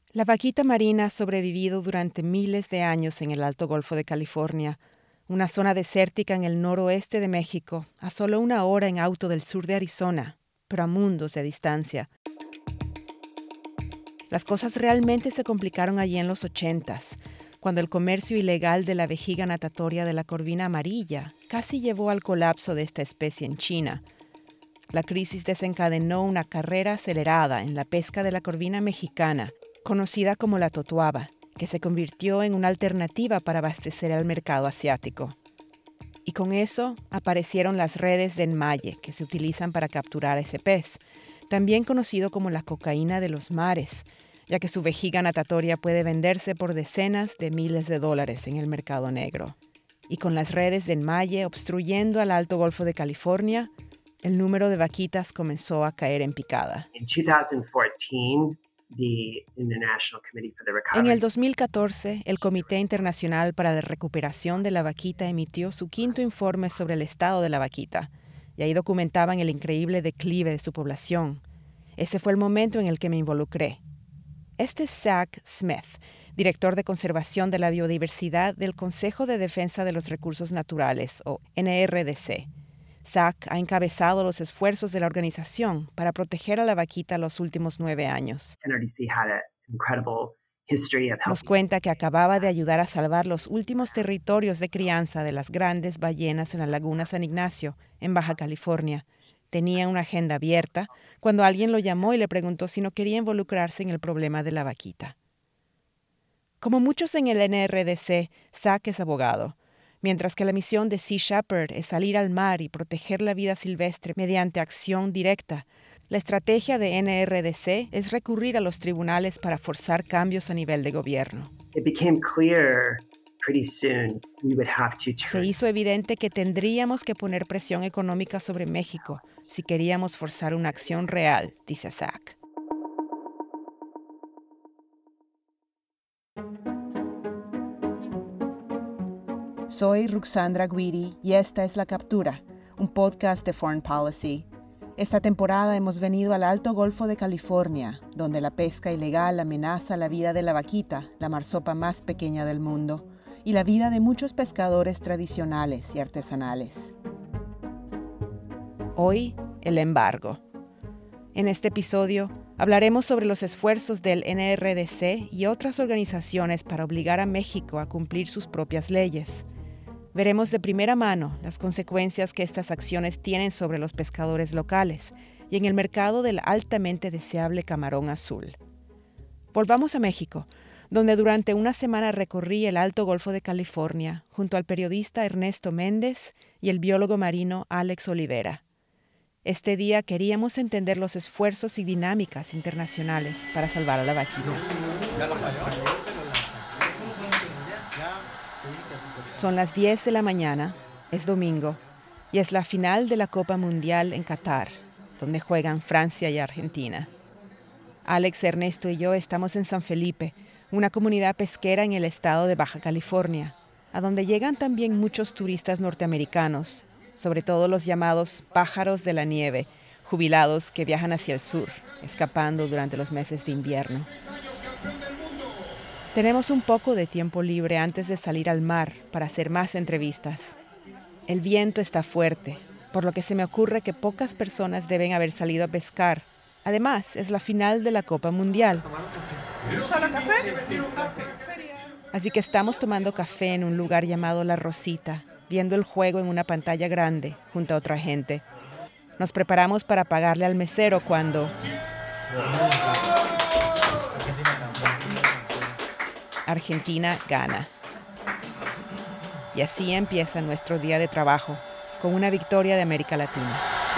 La vaquita marina ha sobrevivido durante miles de años en el Alto Golfo de California, una zona desértica en el noroeste de México, a solo 1 hora en auto del sur de Arizona, pero a mundos de distancia. Las cosas realmente se complicaron allí en los 80s, cuando el comercio ilegal de la vejiga natatoria de la corvina amarilla casi llevó al colapso de esta especie en China. La crisis desencadenó una carrera acelerada en la pesca de la corvina mexicana, conocida como la totuaba, que se convirtió en una alternativa para abastecer al mercado asiático. Y con eso aparecieron las redes de enmalle que se utilizan para capturar ese pez, también conocido como la cocaína de los mares, ya que su vejiga natatoria puede venderse por decenas de miles de dólares en el mercado negro. Y con las redes de enmalle obstruyendo al Alto Golfo de California, el número de vaquitas comenzó a caer en picada. En el 2014, el Comité Internacional para la Recuperación de la Vaquita emitió su 5º informe sobre el estado de la vaquita, y ahí documentaban el increíble declive de su población. Ese fue el momento en el que me involucré. Este es Zach Smith, director de Conservación de la Biodiversidad del Consejo de Defensa de los Recursos Naturales, o NRDC. Zach ha encabezado los esfuerzos de la organización para proteger a la vaquita los últimos 9 años. Nos cuenta que acababa de ayudar a salvar los últimos territorios de crianza de las grandes ballenas en la laguna San Ignacio, en Baja California. Tenía una agenda abierta cuando alguien lo llamó y le preguntó si no quería involucrarse en el problema de la vaquita. Como muchos en el NRDC, Zach es abogado, mientras que la misión de Sea Shepherd es salir al mar y proteger la vida silvestre mediante acción directa. La estrategia de NRDC es recurrir a los tribunales para forzar cambios a nivel de gobierno. Se hizo evidente que tendríamos que poner presión económica sobre México si queríamos forzar una acción real, dice Zach. Soy Ruxandra Guidi y esta es La Captura, un podcast de Foreign Policy. Esta temporada hemos venido al Alto Golfo de California, donde la pesca ilegal amenaza la vida de la vaquita, la marsopa más pequeña del mundo, y la vida de muchos pescadores tradicionales y artesanales. Hoy, el embargo. En este episodio hablaremos sobre los esfuerzos del NRDC y otras organizaciones para obligar a México a cumplir sus propias leyes. Veremos de primera mano las consecuencias que estas acciones tienen sobre los pescadores locales y en el mercado del altamente deseable camarón azul. Volvamos a México, donde durante una semana recorrí el Alto Golfo de California junto al periodista Ernesto Méndez y el biólogo marino Alex Olivera. Este día queríamos entender los esfuerzos y dinámicas internacionales para salvar a la vaquita. Son las 10 de la mañana, es domingo, y es la final de la Copa Mundial en Qatar, donde juegan Francia y Argentina. Alex, Ernesto y yo estamos en San Felipe, una comunidad pesquera en el estado de Baja California, a donde llegan también muchos turistas norteamericanos, sobre todo los llamados pájaros de la nieve, jubilados que viajan hacia el sur, escapando durante los meses de invierno. Tenemos un poco de tiempo libre antes de salir al mar para hacer más entrevistas. El viento está fuerte, por lo que se me ocurre que pocas personas deben haber salido a pescar. Además, es la final de la Copa Mundial. Así que estamos tomando café en un lugar llamado La Rosita, viendo el juego en una pantalla grande, junto a otra gente. Nos preparamos para pagarle al mesero cuando Argentina gana. Y así empieza nuestro día de trabajo, con una victoria de América Latina.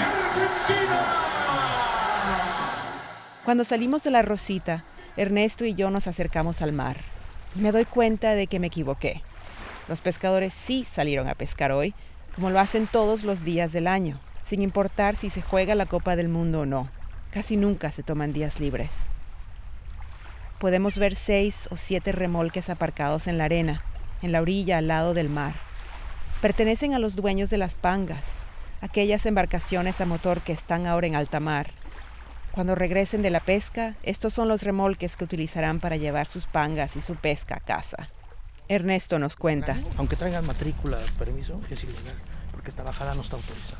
Cuando salimos de La Rosita, Ernesto y yo nos acercamos al mar. Me doy cuenta de que me equivoqué. Los pescadores sí salieron a pescar hoy, como lo hacen todos los días del año, sin importar si se juega la Copa del Mundo o no. Casi nunca se toman días libres. Podemos ver 6 o 7 remolques aparcados en la arena, en la orilla al lado del mar. Pertenecen a los dueños de las pangas, aquellas embarcaciones a motor que están ahora en alta mar. Cuando regresen de la pesca, estos son los remolques que utilizarán para llevar sus pangas y su pesca a casa. Ernesto nos cuenta. Aunque traigan matrícula, permiso, es ilegal, porque esta bajada no está autorizada.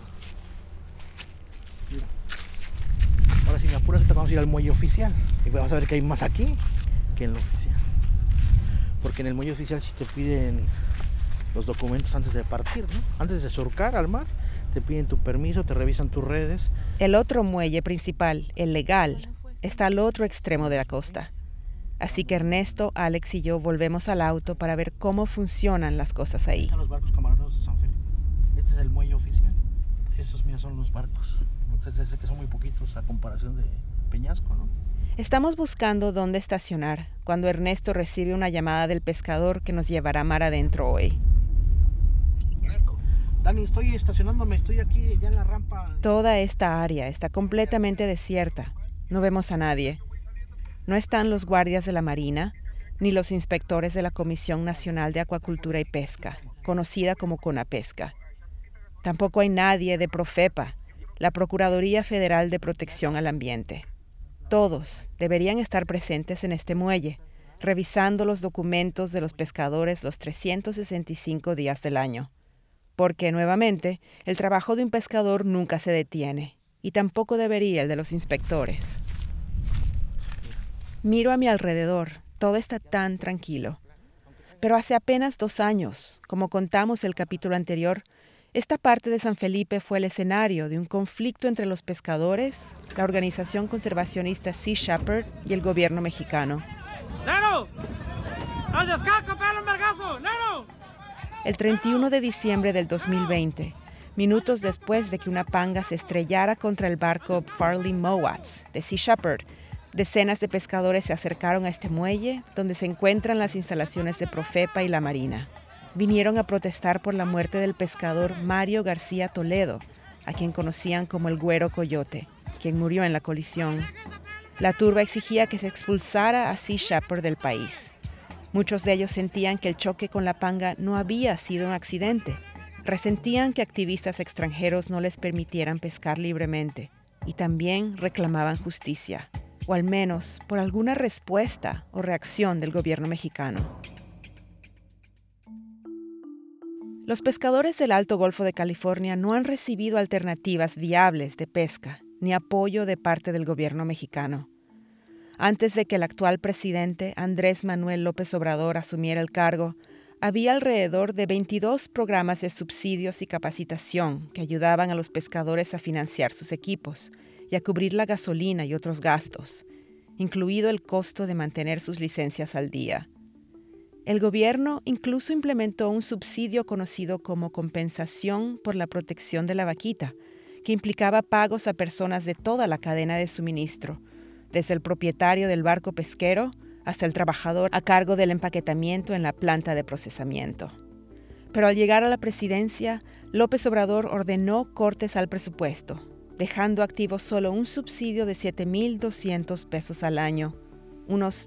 Mira. Ahora si me apuras, te vamos a ir al muelle oficial y vas a ver que hay más aquí que en el oficial. Porque en el muelle oficial sí te piden los documentos antes de partir, ¿no? Antes de surcar al mar, te piden tu permiso, te revisan tus redes. El otro muelle principal, el legal, está al otro extremo de la costa. Así que Ernesto, Alex y yo volvemos al auto para ver cómo funcionan las cosas ahí. Están los barcos camaroneros de San Felipe. Este es el muelle oficial. Esos, mira, son los barcos. Entonces, que son muy poquitos a comparación de Peñasco, ¿no? Estamos buscando dónde estacionar cuando Ernesto recibe una llamada del pescador que nos llevará mar adentro hoy. Dani, estoy estacionándome, estoy aquí ya en la rampa. Toda esta área está completamente desierta. No vemos a nadie. No están los guardias de la Marina, ni los inspectores de la Comisión Nacional de Acuacultura y Pesca, conocida como CONAPESCA. Tampoco hay nadie de Profepa, la Procuraduría Federal de Protección al Ambiente. Todos deberían estar presentes en este muelle, revisando los documentos de los pescadores los 365 días del año. Porque, nuevamente, el trabajo de un pescador nunca se detiene, y tampoco debería el de los inspectores. Miro a mi alrededor, todo está tan tranquilo. Pero hace apenas 2 años, como contamos el capítulo anterior, esta parte de San Felipe fue el escenario de un conflicto entre los pescadores, la organización conservacionista Sea Shepherd y el gobierno mexicano. ¡Nero! ¡Al descanso, pégale un vergazo! ¡Nero! El 31 de diciembre del 2020, minutos después de que una panga se estrellara contra el barco Farley Mowats de Sea Shepherd, decenas de pescadores se acercaron a este muelle donde se encuentran las instalaciones de Profepa y la Marina. Vinieron a protestar por la muerte del pescador Mario García Toledo, a quien conocían como el Güero Coyote, quien murió en la colisión. La turba exigía que se expulsara a Sea Shepherd del país. Muchos de ellos sentían que el choque con la panga no había sido un accidente. Resentían que activistas extranjeros no les permitieran pescar libremente y también reclamaban justicia, o al menos por alguna respuesta o reacción del gobierno mexicano. Los pescadores del Alto Golfo de California no han recibido alternativas viables de pesca ni apoyo de parte del gobierno mexicano. Antes de que el actual presidente, Andrés Manuel López Obrador, asumiera el cargo, había alrededor de 22 programas de subsidios y capacitación que ayudaban a los pescadores a financiar sus equipos y a cubrir la gasolina y otros gastos, incluido el costo de mantener sus licencias al día. El gobierno incluso implementó un subsidio conocido como compensación por la protección de la vaquita, que implicaba pagos a personas de toda la cadena de suministro, desde el propietario del barco pesquero hasta el trabajador a cargo del empaquetamiento en la planta de procesamiento. Pero al llegar a la presidencia, López Obrador ordenó cortes al presupuesto, dejando activo solo un subsidio de $7,200 al año, unos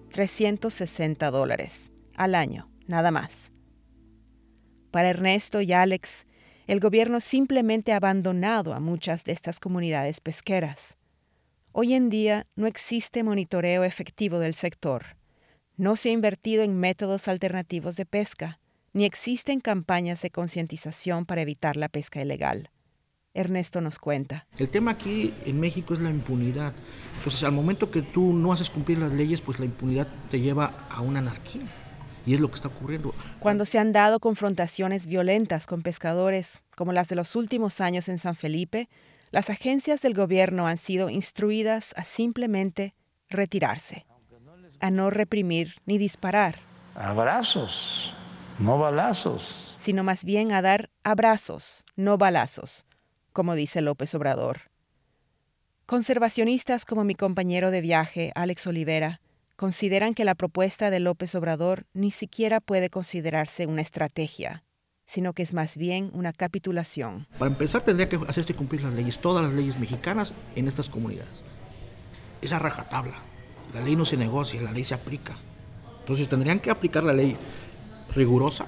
$360 al año, nada más. Para Ernesto y Alex, el gobierno simplemente ha abandonado a muchas de estas comunidades pesqueras. Hoy en día no existe monitoreo efectivo del sector. No se ha invertido en métodos alternativos de pesca, ni existen campañas de concientización para evitar la pesca ilegal. Ernesto nos cuenta. El tema aquí en México es la impunidad. Entonces, al momento que tú no haces cumplir las leyes, pues la impunidad te lleva a una anarquía. Y es lo que está ocurriendo. Cuando se han dado confrontaciones violentas con pescadores, como las de los últimos años en San Felipe, las agencias del gobierno han sido instruidas a simplemente retirarse, a no reprimir ni disparar. Abrazos, no balazos. Sino más bien a dar abrazos, no balazos, como dice López Obrador. Conservacionistas como mi compañero de viaje, Alex Olivera, consideran que la propuesta de López Obrador ni siquiera puede considerarse una estrategia, sino que es más bien una capitulación. Para empezar, tendría que hacerse cumplir las leyes, todas las leyes mexicanas en estas comunidades. Esa rajatabla. La ley no se negocia, la ley se aplica. Entonces tendrían que aplicar la ley rigurosa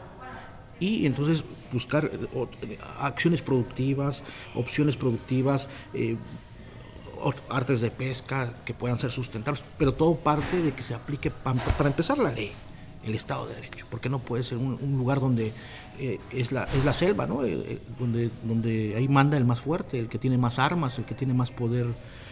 y entonces buscar acciones productivas, opciones productivas, artes de pesca que puedan ser sustentables, pero todo parte de que se aplique, para empezar, la ley, el Estado de Derecho, porque no puede ser un lugar donde es la selva, ¿no? Donde ahí manda el más fuerte, el que tiene más armas, el que tiene más poder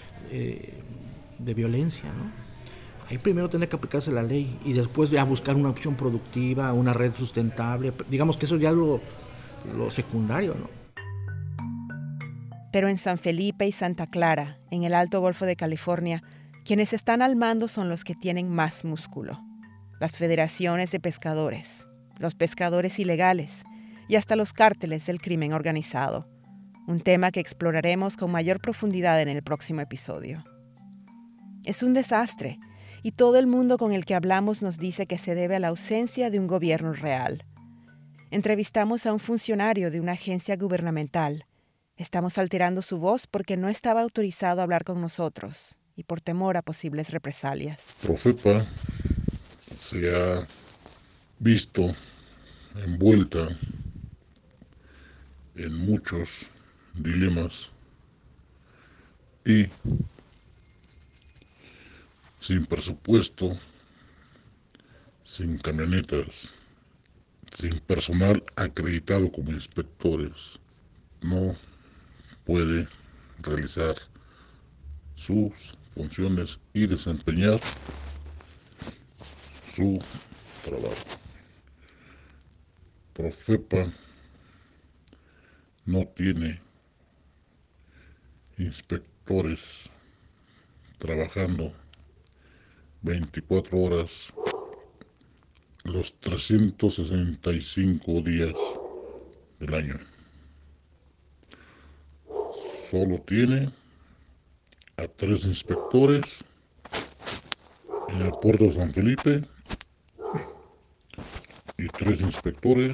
de violencia, ¿no? Ahí primero tiene que aplicarse la ley y después ya buscar una opción productiva, una red sustentable. Digamos que eso ya es lo secundario, ¿no? Pero en San Felipe y Santa Clara, en el Alto Golfo de California, quienes están al mando son los que tienen más músculo. Las federaciones de pescadores, los pescadores ilegales y hasta los cárteles del crimen organizado. Un tema que exploraremos con mayor profundidad en el próximo episodio. Es un desastre y todo el mundo con el que hablamos nos dice que se debe a la ausencia de un gobierno real. Entrevistamos a un funcionario de una agencia gubernamental. Estamos alterando su voz porque no estaba autorizado a hablar con nosotros y por temor a posibles represalias. Profepa se ha visto envuelta en muchos dilemas y sin presupuesto, sin camionetas, sin personal acreditado como inspectores, no puede realizar sus funciones y desempeñar su trabajo. Profepa no tiene inspectores trabajando 24 horas los 365 días del año. Solo tiene a 3 inspectores en el puerto de San Felipe y 3 inspectores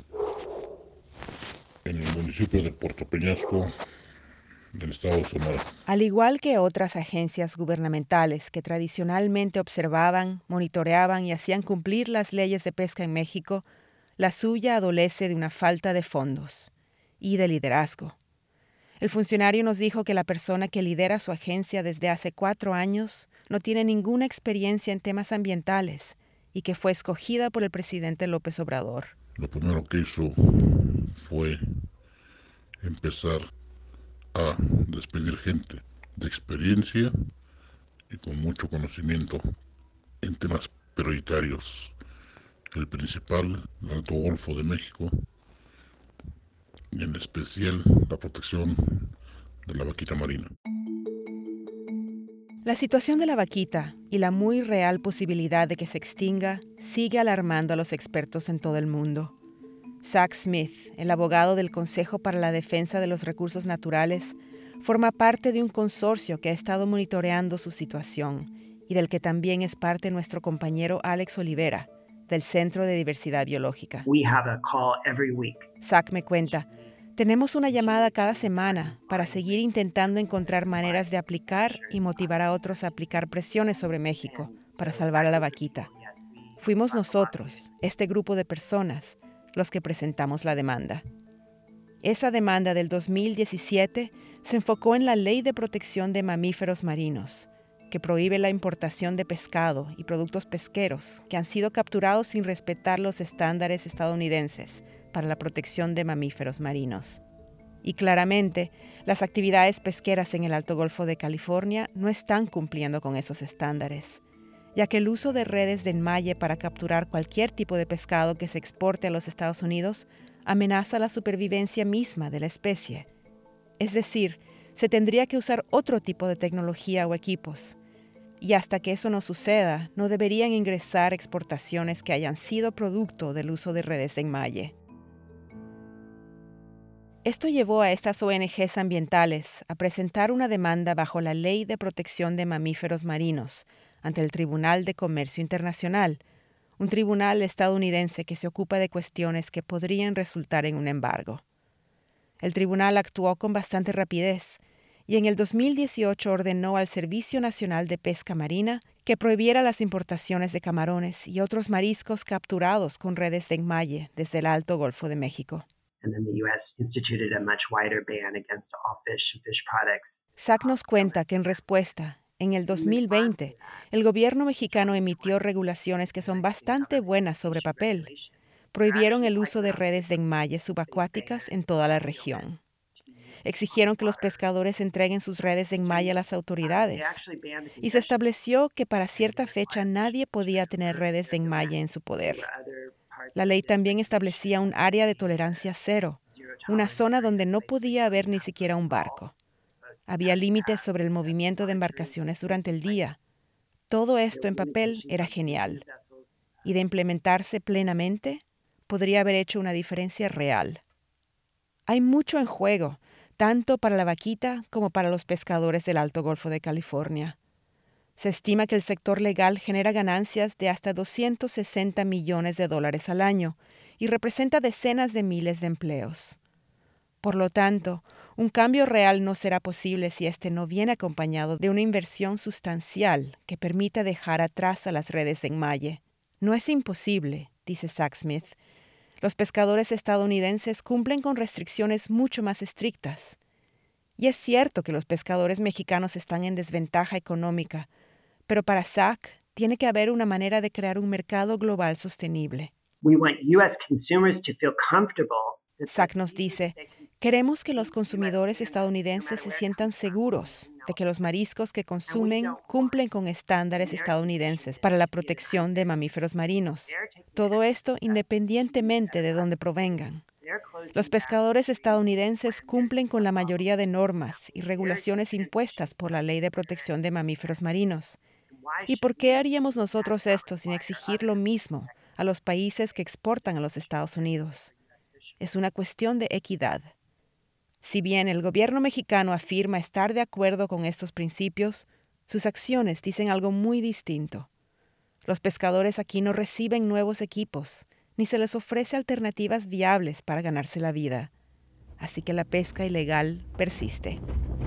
en el municipio de Puerto Peñasco del estado de Sonora. Al igual que otras agencias gubernamentales que tradicionalmente observaban, monitoreaban y hacían cumplir las leyes de pesca en México, la suya adolece de una falta de fondos y de liderazgo. El funcionario nos dijo que la persona que lidera su agencia desde hace 4 años no tiene ninguna experiencia en temas ambientales y que fue escogida por el presidente López Obrador. Lo primero que hizo fue empezar a despedir gente de experiencia y con mucho conocimiento en temas prioritarios. El principal, el Alto Golfo de México, y en especial la protección de la vaquita marina. La situación de la vaquita y la muy real posibilidad de que se extinga sigue alarmando a los expertos en todo el mundo. Zach Smith, el abogado del Consejo para la Defensa de los Recursos Naturales, forma parte de un consorcio que ha estado monitoreando su situación y del que también es parte nuestro compañero Alex Olivera, del Centro de Diversidad Biológica. Zach me cuenta, tenemos una llamada cada semana para seguir intentando encontrar maneras de aplicar y motivar a otros a aplicar presiones sobre México para salvar a la vaquita. Fuimos nosotros, este grupo de personas, los que presentamos la demanda. Esa demanda del 2017 se enfocó en la Ley de Protección de Mamíferos Marinos, que prohíbe la importación de pescado y productos pesqueros que han sido capturados sin respetar los estándares estadounidenses para la protección de mamíferos marinos. Y claramente, las actividades pesqueras en el Alto Golfo de California no están cumpliendo con esos estándares, ya que el uso de redes de enmalle para capturar cualquier tipo de pescado que se exporte a los Estados Unidos amenaza la supervivencia misma de la especie. Es decir, se tendría que usar otro tipo de tecnología o equipos. Y hasta que eso no suceda, no deberían ingresar exportaciones que hayan sido producto del uso de redes de enmalle. Esto llevó a estas ONGs ambientales a presentar una demanda bajo la Ley de Protección de Mamíferos Marinos ante el Tribunal de Comercio Internacional, un tribunal estadounidense que se ocupa de cuestiones que podrían resultar en un embargo. El tribunal actuó con bastante rapidez y en el 2018 ordenó al Servicio Nacional de Pesca Marina que prohibiera las importaciones de camarones y otros mariscos capturados con redes de enmalle desde el Alto Golfo de México. Zach nos cuenta que en respuesta, en el 2020, el gobierno mexicano emitió regulaciones que son bastante buenas sobre papel. Prohibieron el uso de redes de enmalle subacuáticas en toda la región. Exigieron que los pescadores entreguen sus redes de enmalle a las autoridades. Y se estableció que para cierta fecha nadie podía tener redes de enmalle en su poder. La ley también establecía un área de tolerancia cero, una zona donde no podía haber ni siquiera un barco. Había límites sobre el movimiento de embarcaciones durante el día. Todo esto en papel era genial. Y de implementarse plenamente, podría haber hecho una diferencia real. Hay mucho en juego, tanto para la vaquita como para los pescadores del Alto Golfo de California. Se estima que el sector legal genera ganancias de hasta $260 millones al año y representa decenas de miles de empleos. Por lo tanto, un cambio real no será posible si este no viene acompañado de una inversión sustancial que permita dejar atrás a las redes de enmalle. No es imposible, dice Zach Smith. Los pescadores estadounidenses cumplen con restricciones mucho más estrictas. Y es cierto que los pescadores mexicanos están en desventaja económica, pero para Zach tiene que haber una manera de crear un mercado global sostenible. Zach nos dice, queremos que los consumidores estadounidenses se sientan seguros de que los mariscos que consumen cumplen con estándares estadounidenses para la protección de mamíferos marinos. Todo esto independientemente de dónde provengan. Los pescadores estadounidenses cumplen con la mayoría de normas y regulaciones impuestas por la Ley de Protección de Mamíferos Marinos. ¿Y por qué haríamos nosotros esto sin exigir lo mismo a los países que exportan a los Estados Unidos? Es una cuestión de equidad. Si bien el gobierno mexicano afirma estar de acuerdo con estos principios, sus acciones dicen algo muy distinto. Los pescadores aquí no reciben nuevos equipos, ni se les ofrece alternativas viables para ganarse la vida. Así que la pesca ilegal persiste.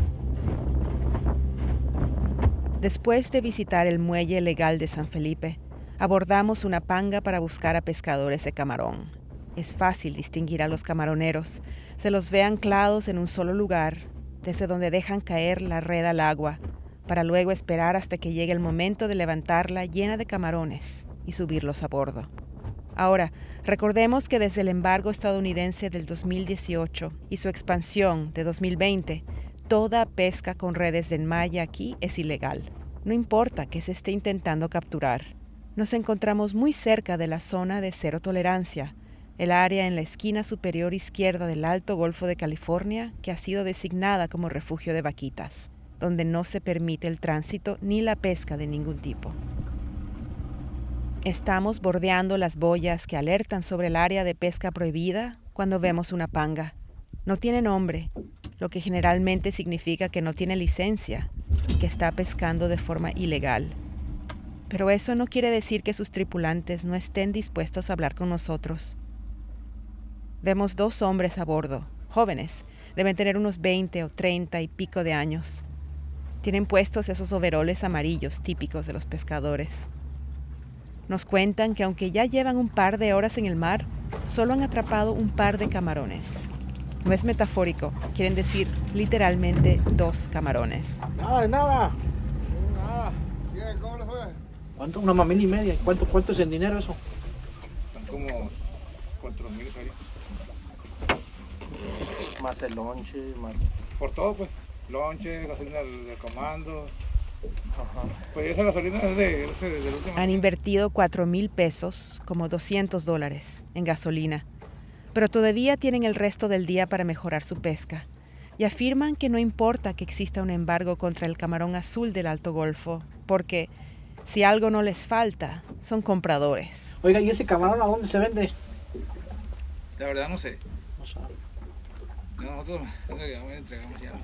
Después de visitar el muelle legal de San Felipe, abordamos una panga para buscar a pescadores de camarón. Es fácil distinguir a los camaroneros. Se los ve anclados en un solo lugar, desde donde dejan caer la red al agua, para luego esperar hasta que llegue el momento de levantarla llena de camarones y subirlos a bordo. Ahora, recordemos que desde el embargo estadounidense del 2018 y su expansión de 2020, toda pesca con redes de enmalle aquí es ilegal. No importa que se esté intentando capturar. Nos encontramos muy cerca de la zona de cero tolerancia, el área en la esquina superior izquierda del Alto Golfo de California que ha sido designada como refugio de vaquitas, donde no se permite el tránsito ni la pesca de ningún tipo. Estamos bordeando las boyas que alertan sobre el área de pesca prohibida cuando vemos una panga. No tiene nombre, lo que generalmente significa que no tiene licencia y que está pescando de forma ilegal. Pero eso no quiere decir que sus tripulantes no estén dispuestos a hablar con nosotros. Vemos 2 hombres a bordo, jóvenes, deben tener unos 20 o 30 y pico de años. Tienen puestos esos overoles amarillos típicos de los pescadores. Nos cuentan que aunque ya llevan un par de horas en el mar, solo han atrapado un par de camarones. No es metafórico, quieren decir literalmente 2 camarones. Nada, nada. Bien, ¿cómo le fue? ¿Cuánto? 1,5 mamín. ¿Cuánto es en dinero eso? Son como 4,000 ferias. Más el lonche, más... Por todo, pues. Lonche, gasolina del comando. Ajá. Pues esa gasolina es del último. Han invertido 4,000 pesos, como $200, en gasolina. Pero todavía tienen el resto del día para mejorar su pesca. Y afirman que no importa que exista un embargo contra el camarón azul del Alto Golfo, porque si algo no les falta, son compradores. Oiga, ¿y ese camarón a dónde se vende? La verdad no sé. No sabe. Nosotros le entregamos ya.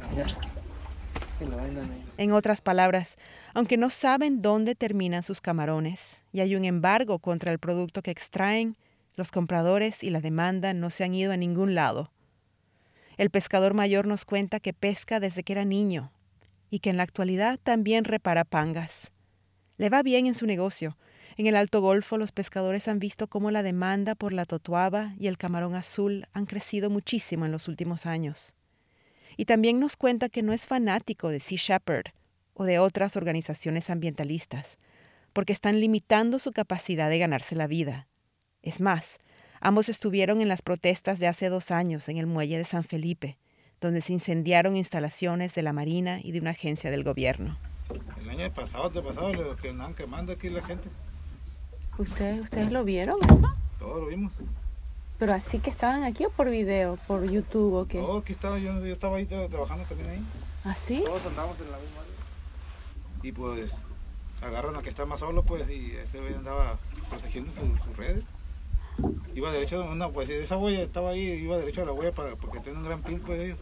En otras palabras, aunque no saben dónde terminan sus camarones y hay un embargo contra el producto que extraen, los compradores y la demanda no se han ido a ningún lado. El pescador mayor nos cuenta que pesca desde que era niño y que en la actualidad también repara pangas. Le va bien en su negocio. En el Alto Golfo, los pescadores han visto cómo la demanda por la totuaba y el camarón azul han crecido muchísimo en los últimos años. Y también nos cuenta que no es fanático de Sea Shepherd o de otras organizaciones ambientalistas, porque están limitando su capacidad de ganarse la vida. Es más, ambos estuvieron en las protestas de hace 2 años en el muelle de San Felipe, donde se incendiaron instalaciones de la Marina y de una agencia del gobierno. El año pasado, lo que andaban quemando aquí la gente. ¿Ustedes lo vieron eso? Todos lo vimos. ¿Pero así que estaban aquí o por video, por YouTube o qué? No, aquí estaba, yo estaba ahí trabajando también ahí. ¿Ah, sí? Todos andábamos en la misma área. Y pues agarran a que está más solo, pues, y ese güey andaba protegiendo sus redes. Iba derecho, pues esa huella estaba ahí, iba derecho a la huella porque tiene un gran pin, pues, ellos.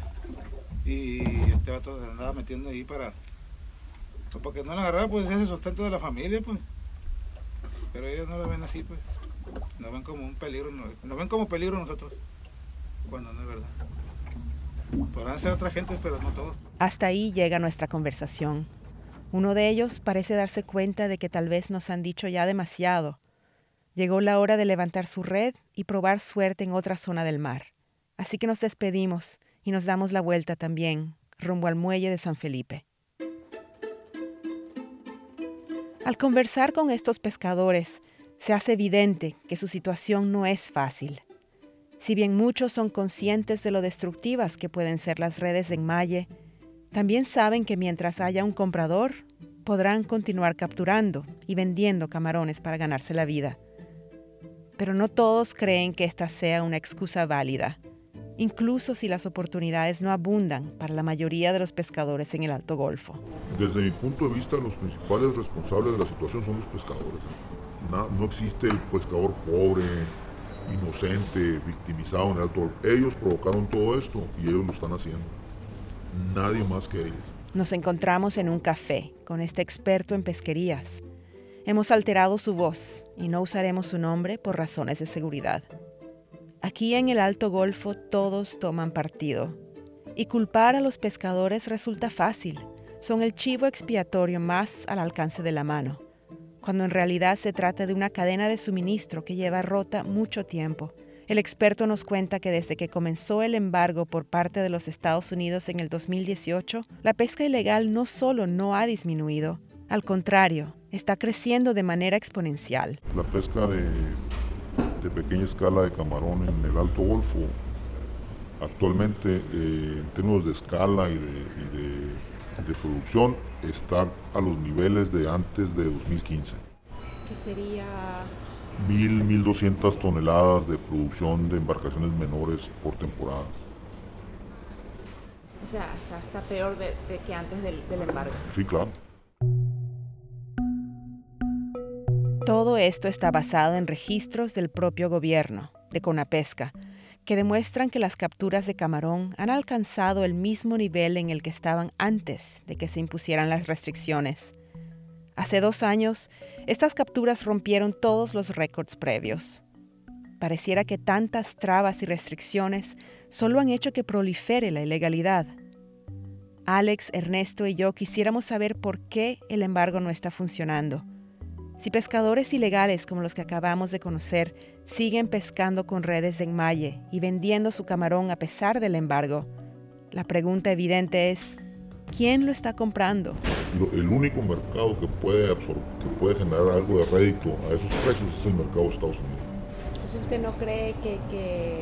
Y este vato se andaba metiendo ahí para que no la agarrara, pues, ese es el sustento de la familia, pues. Pero ellos no lo ven así, pues. Nos ven como un peligro, nos ven como peligro nosotros, cuando no es verdad. Podrán ser otras gentes, pero no todos. Hasta ahí llega nuestra conversación. Uno de ellos parece darse cuenta de que tal vez nos han dicho ya demasiado. Llegó la hora de levantar su red y probar suerte en otra zona del mar. Así que nos despedimos y nos damos la vuelta también, rumbo al muelle de San Felipe. Al conversar con estos pescadores, se hace evidente que su situación no es fácil. Si bien muchos son conscientes de lo destructivas que pueden ser las redes de enmalle, también saben que mientras haya un comprador, podrán continuar capturando y vendiendo camarones para ganarse la vida. Pero no todos creen que esta sea una excusa válida, incluso si las oportunidades no abundan para la mayoría de los pescadores en el Alto Golfo. Desde mi punto de vista, los principales responsables de la situación son los pescadores. No existe el pescador pobre, inocente, victimizado en el Alto Golfo. Ellos provocaron todo esto y ellos lo están haciendo. Nadie más que ellos. Nos encontramos en un café con este experto en pesquerías. Hemos alterado su voz y no usaremos su nombre por razones de seguridad. Aquí en el Alto Golfo todos toman partido. Y culpar a los pescadores resulta fácil. Son el chivo expiatorio más al alcance de la mano, cuando en realidad se trata de una cadena de suministro que lleva rota mucho tiempo. El experto nos cuenta que desde que comenzó el embargo por parte de los Estados Unidos en el 2018, la pesca ilegal no solo no ha disminuido, al contrario, está creciendo de manera exponencial. La pesca de pequeña escala de camarón en el Alto Golfo, actualmente en términos de escala y de producción, está a los niveles de antes de 2015. ¿Qué sería? 1.200 toneladas de producción de embarcaciones menores por temporada. O sea, está peor de que antes del embargo. Sí, claro. Todo esto está basado en registros del propio gobierno, de Conapesca, que demuestran que las capturas de camarón han alcanzado el mismo nivel en el que estaban antes de que se impusieran las restricciones. Hace 2 años, estas capturas rompieron todos los récords previos. Pareciera que tantas trabas y restricciones solo han hecho que prolifere la ilegalidad. Alex, Ernesto y yo quisiéramos saber por qué el embargo no está funcionando. Si pescadores ilegales como los que acabamos de conocer siguen pescando con redes de enmalle y vendiendo su camarón a pesar del embargo, la pregunta evidente es, ¿quién lo está comprando? El único mercado que puede generar algo de rédito a esos precios es el mercado de Estados Unidos. Entonces, ¿usted no cree que...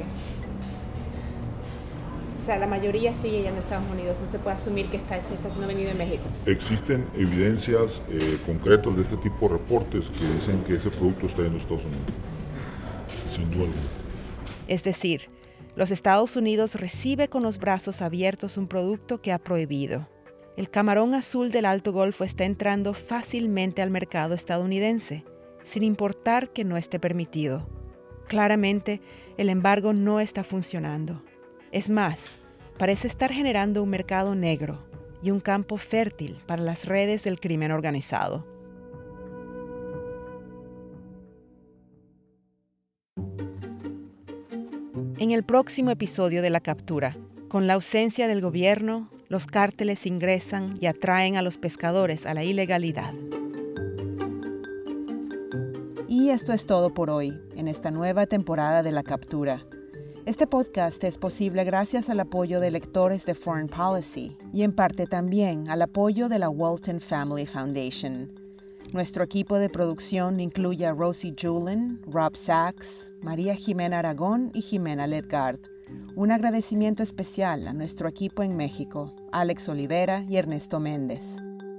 O sea, la mayoría sigue yendo a Estados Unidos, no se puede asumir que se está haciendo vendido en México? Existen evidencias concretas de este tipo de reportes que dicen que ese producto está yendo a Estados Unidos, sin duda alguna. Es decir, los Estados Unidos recibe con los brazos abiertos un producto que ha prohibido. El camarón azul del Alto Golfo está entrando fácilmente al mercado estadounidense, sin importar que no esté permitido. Claramente, el embargo no está funcionando. Es más, parece estar generando un mercado negro y un campo fértil para las redes del crimen organizado. En el próximo episodio de La Captura, con la ausencia del gobierno, los cárteles ingresan y atraen a los pescadores a la ilegalidad. Y esto es todo por hoy, en esta nueva temporada de La Captura. Este podcast es posible gracias al apoyo de lectores de Foreign Policy y en parte también al apoyo de la Walton Family Foundation. Nuestro equipo de producción incluye a Rosie Julin, Rob Sachs, María Jimena Aragón y Jimena Ledgard. Un agradecimiento especial a nuestro equipo en México, Alex Olivera y Ernesto Méndez.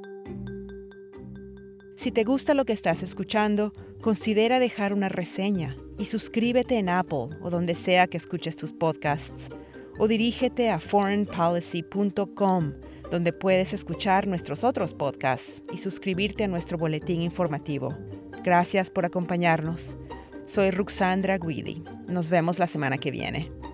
Si te gusta lo que estás escuchando, considera dejar una reseña y suscríbete en Apple o donde sea que escuches tus podcasts, o dirígete a foreignpolicy.com, donde puedes escuchar nuestros otros podcasts y suscribirte a nuestro boletín informativo. Gracias por acompañarnos. Soy Ruxandra Guidi. Nos vemos la semana que viene.